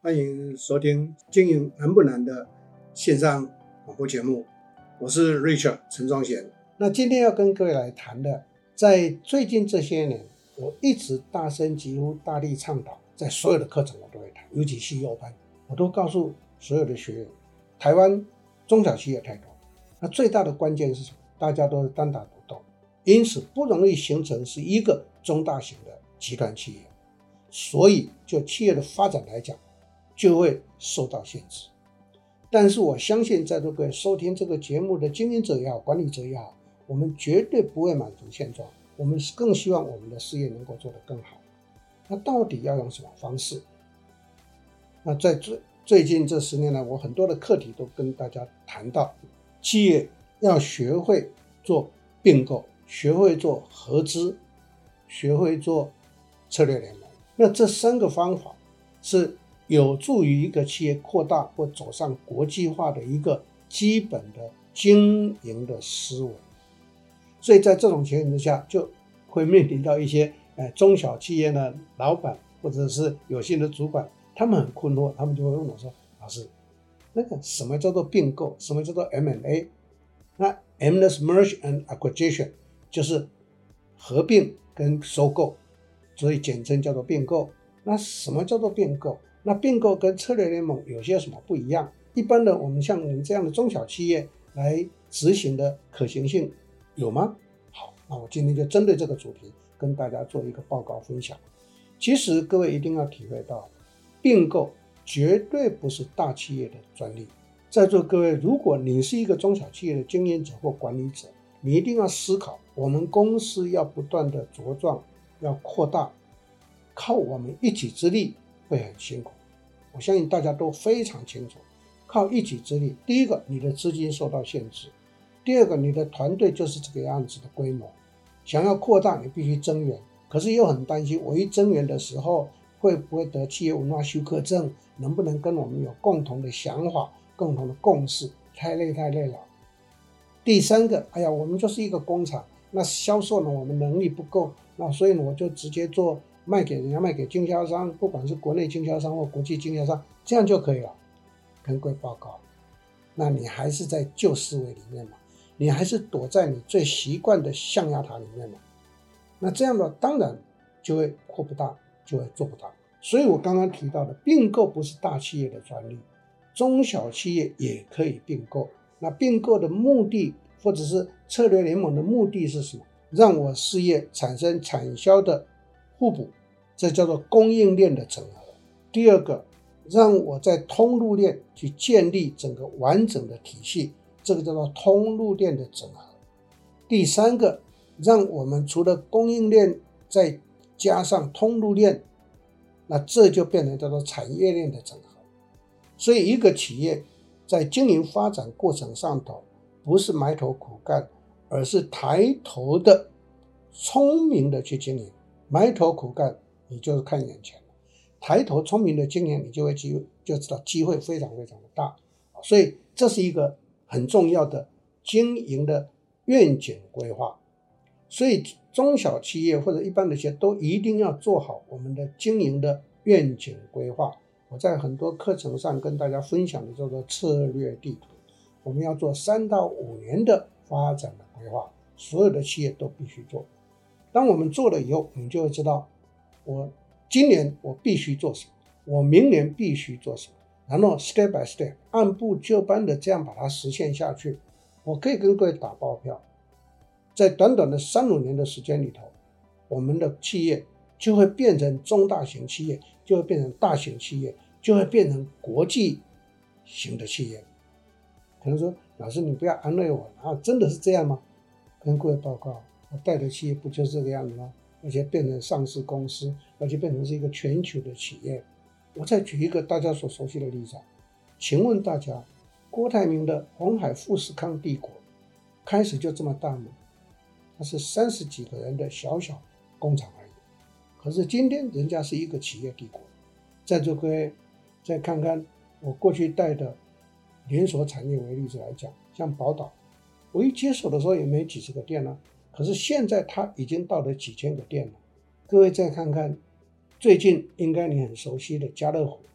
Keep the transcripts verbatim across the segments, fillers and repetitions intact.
欢迎收听经营难不难的线上广播节目，我是 Richard 陈庄贤。那今天要跟各位来谈的，在最近这些年，我一直大声疾呼、大力倡导，在所有的课程我都会谈，尤其是幼班，我都告诉所有的学员，台湾中小企业太多，那最大的关键是什么？大家都是单打独斗，因此不容易形成是一个中大型的集团企业，所以就企业的发展来讲，就会受到限制。但是我相信在座各位收听这个节目的经营者也好，管理者也好，我们绝对不会满足现状，我们更希望我们的事业能够做得更好。那到底要用什么方式？那在最最近这十年来，我很多的课题都跟大家谈到，企业要学会做并购，学会做合资，学会做策略联盟。那这三个方法是有助于一个企业扩大或走上国际化的一个基本的经营的思维。所以在这种情况之下，就会面临到一些、呃、中小企业的老板或者是有些的主管，他们很困惑，他们就会问我说，老师，那个什么叫做并购，什么叫做 M and A？ 那 M 的是 Merge and Acquisition， 就是合并跟收购，所以简称叫做并购。那什么叫做并购？那并购跟策略联盟有些什么不一样？一般的我们像我们这样的中小企业来执行的可行性有吗？好，那我今天就针对这个主题跟大家做一个报告分享。其实各位一定要体会到，并购绝对不是大企业的专利。在座各位，如果你是一个中小企业的经营者或管理者，你一定要思考，我们公司要不断的茁壮，要扩大，靠我们一己之力会很辛苦。我相信大家都非常清楚，靠一己之力，第一个你的资金受到限制，第二个你的团队就是这个样子的规模，想要扩大你必须增援，可是又很担心我一增援的时候会不会得企业文化休克症，能不能跟我们有共同的想法，共同的共识，太累太累了。第三个，哎呀，我们就是一个工厂，那销售呢我们能力不够，那所以呢我就直接做卖给人家，卖给经销商，不管是国内经销商或国际经销商，这样就可以了。跟各位报告，那你还是在旧思维里面嘛，你还是躲在你最习惯的象牙塔里面嘛。那这样的当然就会扩不大，就会做不大。所以我刚刚提到的并购不是大企业的专利，中小企业也可以并购。那并购的目的或者是策略联盟的目的是什么？让我事业产生产销的互补，这叫做供应链的整合。第二个，让我在通路链去建立整个完整的体系，这个叫做通路链的整合。第三个，让我们除了供应链再加上通路链，那这就变成叫做产业链的整合。所以一个企业在经营发展过程上头，不是埋头苦干，而是抬头的聪明的去经营。埋头苦干你就是看眼前，抬头聪明的经营你就会就知道机会非常非常的大。所以这是一个很重要的经营的愿景规划。所以中小企业或者一般的企业都一定要做好我们的经营的愿景规划。我在很多课程上跟大家分享的叫做策略地图，我们要做三到五年的发展的规划，所有的企业都必须做。当我们做了以后，我们就会知道我今年我必须做什么，我明年必须做什么，然后 step by step 按部就班的这样把它实现下去。我可以跟各位打包票，在短短的三五年的时间里头，我们的企业就会变成中大型企业，就会变成大型企业，就会变成国际型的企业。可能说，老师你不要安慰我，啊，真的是这样吗？跟各位报告，我带的企业不就是这个样子吗？而且变成上市公司，而且变成是一个全球的企业。我再举一个大家所熟悉的例子，请问大家，郭台铭的鸿海富士康帝国开始就这么大吗？它是三十几个人的小小工厂而已，可是今天人家是一个企业帝国。在座各位再看看我过去带的连锁产业为例子来讲，像宝岛，我一接手的时候也没几十个店了，可是现在它已经到了几千个店了。各位再看看最近应该你很熟悉的家乐福，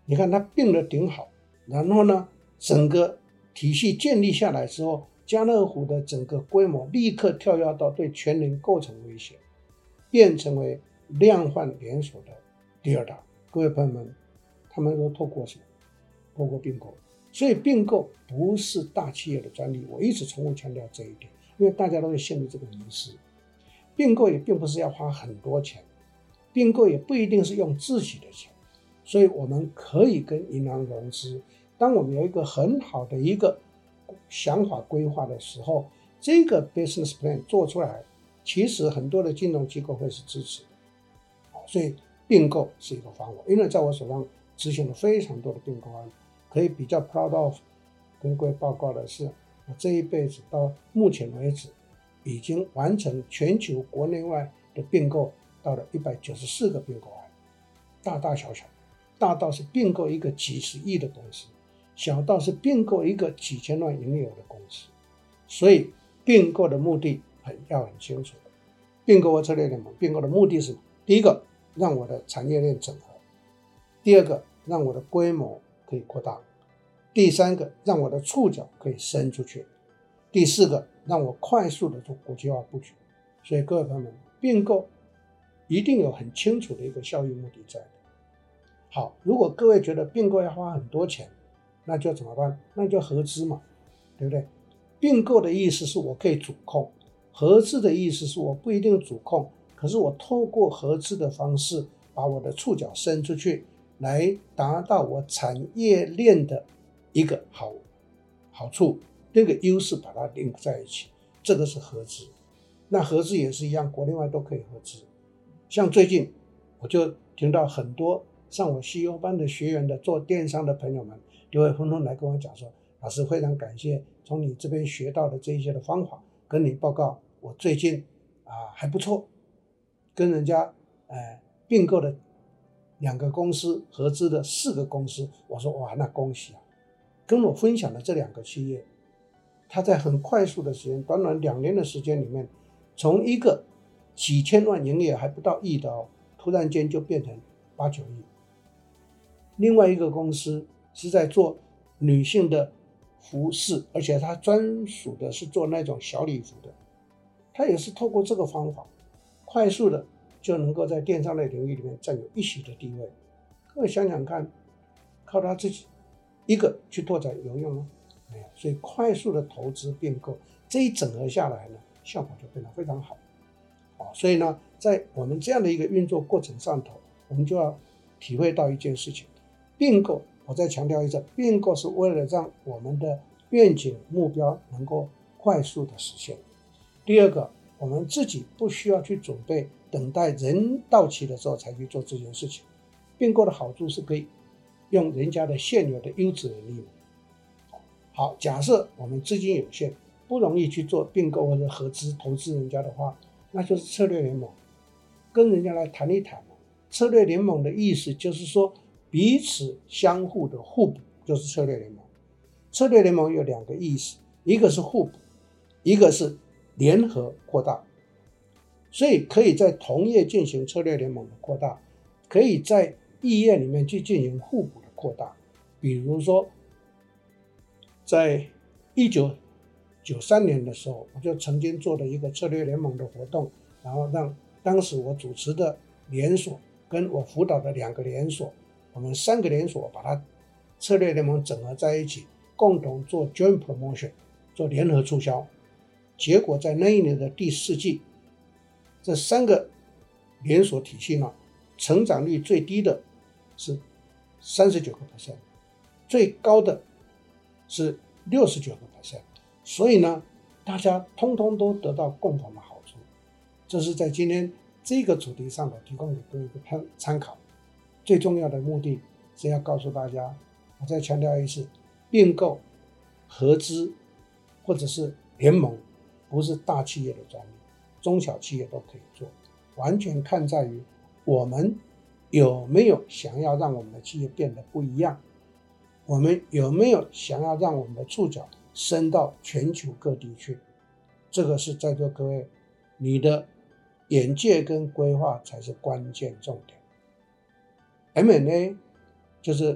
你看它并得顶好，然后呢，整个体系建立下来之后，家乐福的整个规模立刻跳跃到对全联构成威胁，变成为量贩连锁的第二大。各位朋友们，他们都透过什么？透过并购。所以并购不是大企业的专利，我一直重复强调这一点，因为大家都会陷入这个迷思。并购也并不是要花很多钱，并购也不一定是用自己的钱，所以我们可以跟银行融资。当我们有一个很好的一个想法规划的时候，这个 business plan 做出来，其实很多的金融机构会是支持的。所以并购是一个方法，因为在我手上执行了非常多的并购案，可以比较 proud of 跟各位报告的是，我这一辈子到目前为止已经完成全球国内外的并购到了一百九十四个并购案，大大小小，大到是并购一个几十亿的公司，小到是并购一个几千万营业额的公司。所以并购的目的很要很清楚的。并购和策略联盟并购的目的是，第一个让我的产业链整合，第二个让我的规模可以扩大，第三个让我的触角可以伸出去，第四个让我快速的做国际化布局。所以各位朋友们，并购一定有很清楚的一个效益目的在的。好，如果各位觉得并购要花很多钱，那就怎么办？那就合资嘛，对不对？并购的意思是我可以主控，合资的意思是我不一定主控，可是我透过合资的方式把我的触角伸出去，来达到我产业链的一个好好处，那个优势把它 link 在一起，这个是合资。那合资也是一样，国内外都可以合资。像最近我就听到很多上我 C E O 班的学员的做电商的朋友们，就会纷纷来跟我讲说，老师非常感谢从你这边学到的这一些的方法，跟你报告我最近啊还不错，跟人家呃并购的两个公司，合资的四个公司。我说哇，那恭喜啊！跟我分享的这两个企业，他在很快速的时间，短短两年的时间里面，从一个几千万营业还不到亿的哦，突然间就变成八九亿。另外一个公司是在做女性的服饰，而且它专属的是做那种小礼服的，它也是透过这个方法，快速的就能够在电商类领域里面占有一席的地位。各位想想看，靠他自己一个去拓展有用吗？没有。所以快速的投资并购，这一整合下来呢，效果就变得非常好。所以呢，在我们这样的一个运作过程上头，我们就要体会到一件事情，并购，我再强调一次，并购是为了让我们的愿景目标能够快速的实现。第二个，我们自己不需要去准备，等待人到齐的时候才去做这件事情。并购的好处是可以用人家的现有的优质能力。好，假设我们资金有限，不容易去做并购或者合资投资人家的话，那就是策略联盟，跟人家来谈一谈。策略联盟的意思就是说彼此相互的互补，就是策略联盟。策略联盟有两个意思，一个是互补，一个是联合扩大。所以可以在同业进行策略联盟的扩大，可以在异业里面去进行互补的扩大。比如说在一九九三年的时候，我就曾经做了一个策略联盟的活动，然后让当时我主持的连锁跟我辅导的两个连锁，我们三个连锁把它策略联盟整合在一起，共同做 joint promotion， 做联合促销。结果在那一年的第四季，这三个连锁体系呢，成长率最低的是 百分之三十九， 最高的是 百分之六十九。 所以呢，大家通通都得到共同的好处。这是在今天这个主题上的提供给各位一个参考。最重要的目的是要告诉大家，我再强调一次，并购、合资或者是联盟不是大企业的专利，中小企业都可以做，完全看在于我们有没有想要让我们的企业变得不一样，我们有没有想要让我们的触角伸到全球各地去。这个是在座各位你的眼界跟规划才是关键重点。 M and A 就是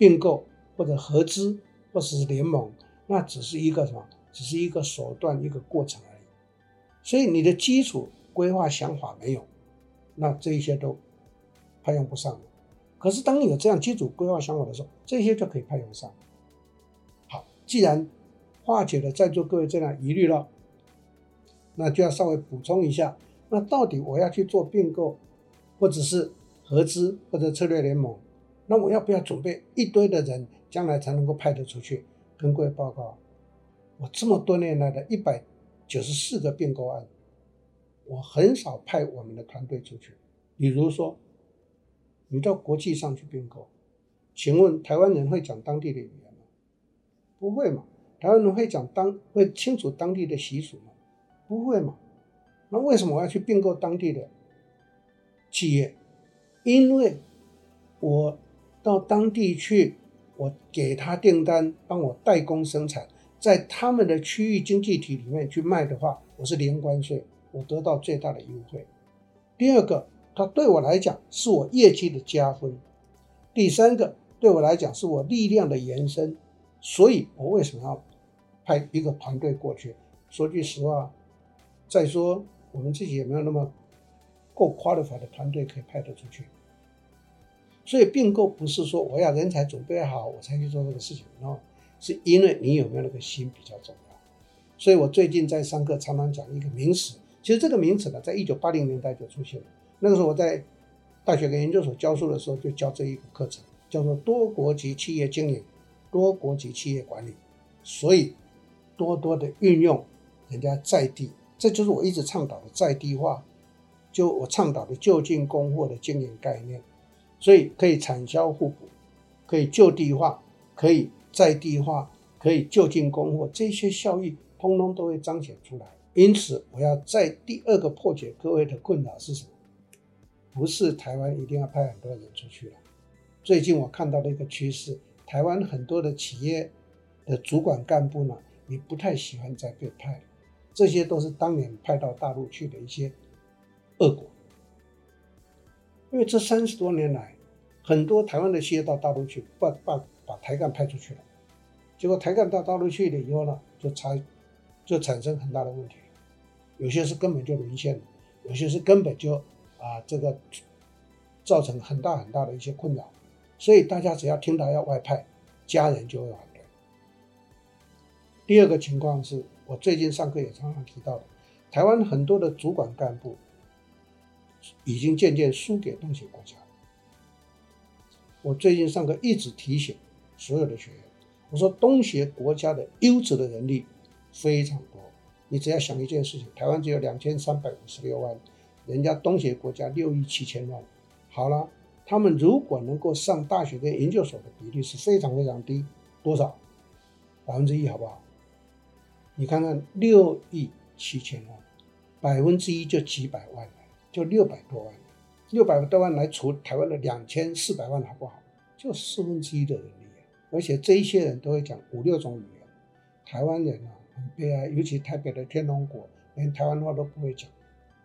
并购或者合资或者是联盟，那只是一个什么？只是一个手段，一个过程而已。所以你的基础规划想法没有，那这一些都派用不上了。可是当你有这样基础规划想法的时候，这些就可以派用上。好，既然化解了在座各位这样疑虑了，那就要稍微补充一下，那到底我要去做并购或者是合资或者策略联盟，那我要不要准备一堆的人将来才能够派得出去？跟各位报告，我这么多年来的一百九十四个并购案，我很少派我们的团队出去。比如说你到国际上去并购，请问台湾人会讲当地的语言吗？不会嘛。台湾人会讲当会清楚当地的习俗吗？不会嘛。那为什么我要去并购当地的企业？因为我到当地去，我给他订单，帮我代工生产，在他们的区域经济体里面去卖的话，我是零关税，我得到最大的优惠。第二个，它对我来讲是我业绩的加分。第三个，对我来讲是我力量的延伸。所以我为什么要派一个团队过去？说句实话，再说我们自己也没有那么够 qualified 的团队可以派得出去。所以并购不是说我要人才准备好我才去做这个事情， no， 是因为你有没有那个心比较重要。所以我最近在上课常常讲一个名词，其实这个名词呢，在一九八零年代就出现了。那个时候我在大学跟研究所教书的时候，就教这一个课程，叫做多国籍企业经营、多国籍企业管理。所以多多的运用人家在地，这就是我一直倡导的在地化，就我倡导的就近供货的经营概念。所以可以产销互补，可以就地化，可以在地化，可以就近供货，这些效益通通都会彰显出来。因此我要在第二个破解各位的困扰是什么？不是台湾一定要派很多人出去了。最近我看到的一个趋势，台湾很多的企业的主管干部呢，也不太喜欢再被派了，这些都是当年派到大陆去的一些恶果。因为这三十多年来，很多台湾的企业到大陆去，把把把台干派出去了，结果台干到大陆去了以后呢，就产就产生很大的问题，有些是根本就沦陷了，有些是根本就啊这个造成很大很大的一些困扰。所以大家只要听到要外派，家人就会反对。第二个情况是我最近上课也常常提到的，台湾很多的主管干部已经渐渐输给东协国家。我最近上课一直提醒所有的学员，我说东协国家的优质的人力非常多，你只要想一件事情，台湾只有两千三百五十六万，人家东协国家六亿七千万。好了，他们如果能够上大学跟研究所的比例是非常非常低，多少？百分之一好不好？你看看六亿七千万，百分之一就几百万了，就六百多万，六百多万来除台湾的两千四百万好不好？就四分之一的人力，而且这一些人都会讲五六种语言。台湾人啊很悲哀，尤其台北的天龙国连台湾话都不会讲。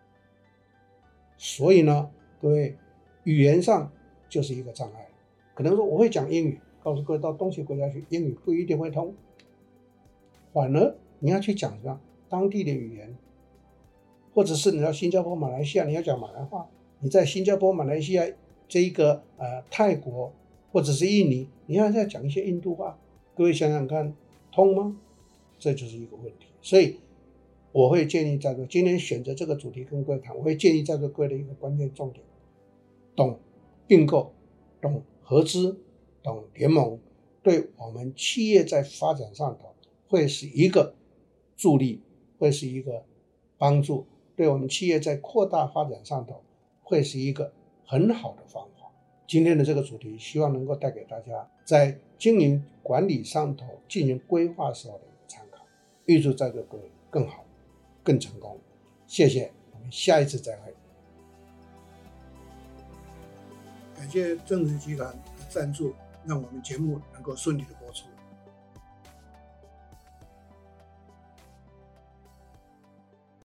所以呢，各位语言上就是一个障碍。可能说我会讲英语，告诉各位到东协国家去，英语不一定会通。反而你要去讲什么当地的语言，或者是你到新加坡、马来西亚，你要讲马来话。你在新加坡、马来西亚这一个呃泰国或者是印尼，你要再讲一些印度话，各位想想看，通吗？这就是一个问题。所以我会建议在座今天选择这个主题跟各位谈，我会建议在座各位的一个关键重点，懂并购，懂合资，懂联盟，对我们企业在发展上头会是一个助力，会是一个帮助，对我们企业在扩大发展上头会是一个很好的方法。今天的这个主题希望能够带给大家在经营管理上头进行规划时候的一个参考，预祝在座各位更好更成功。谢谢，我们下一次再会。感谢正直集团的赞助，让我们节目能够顺利的播出。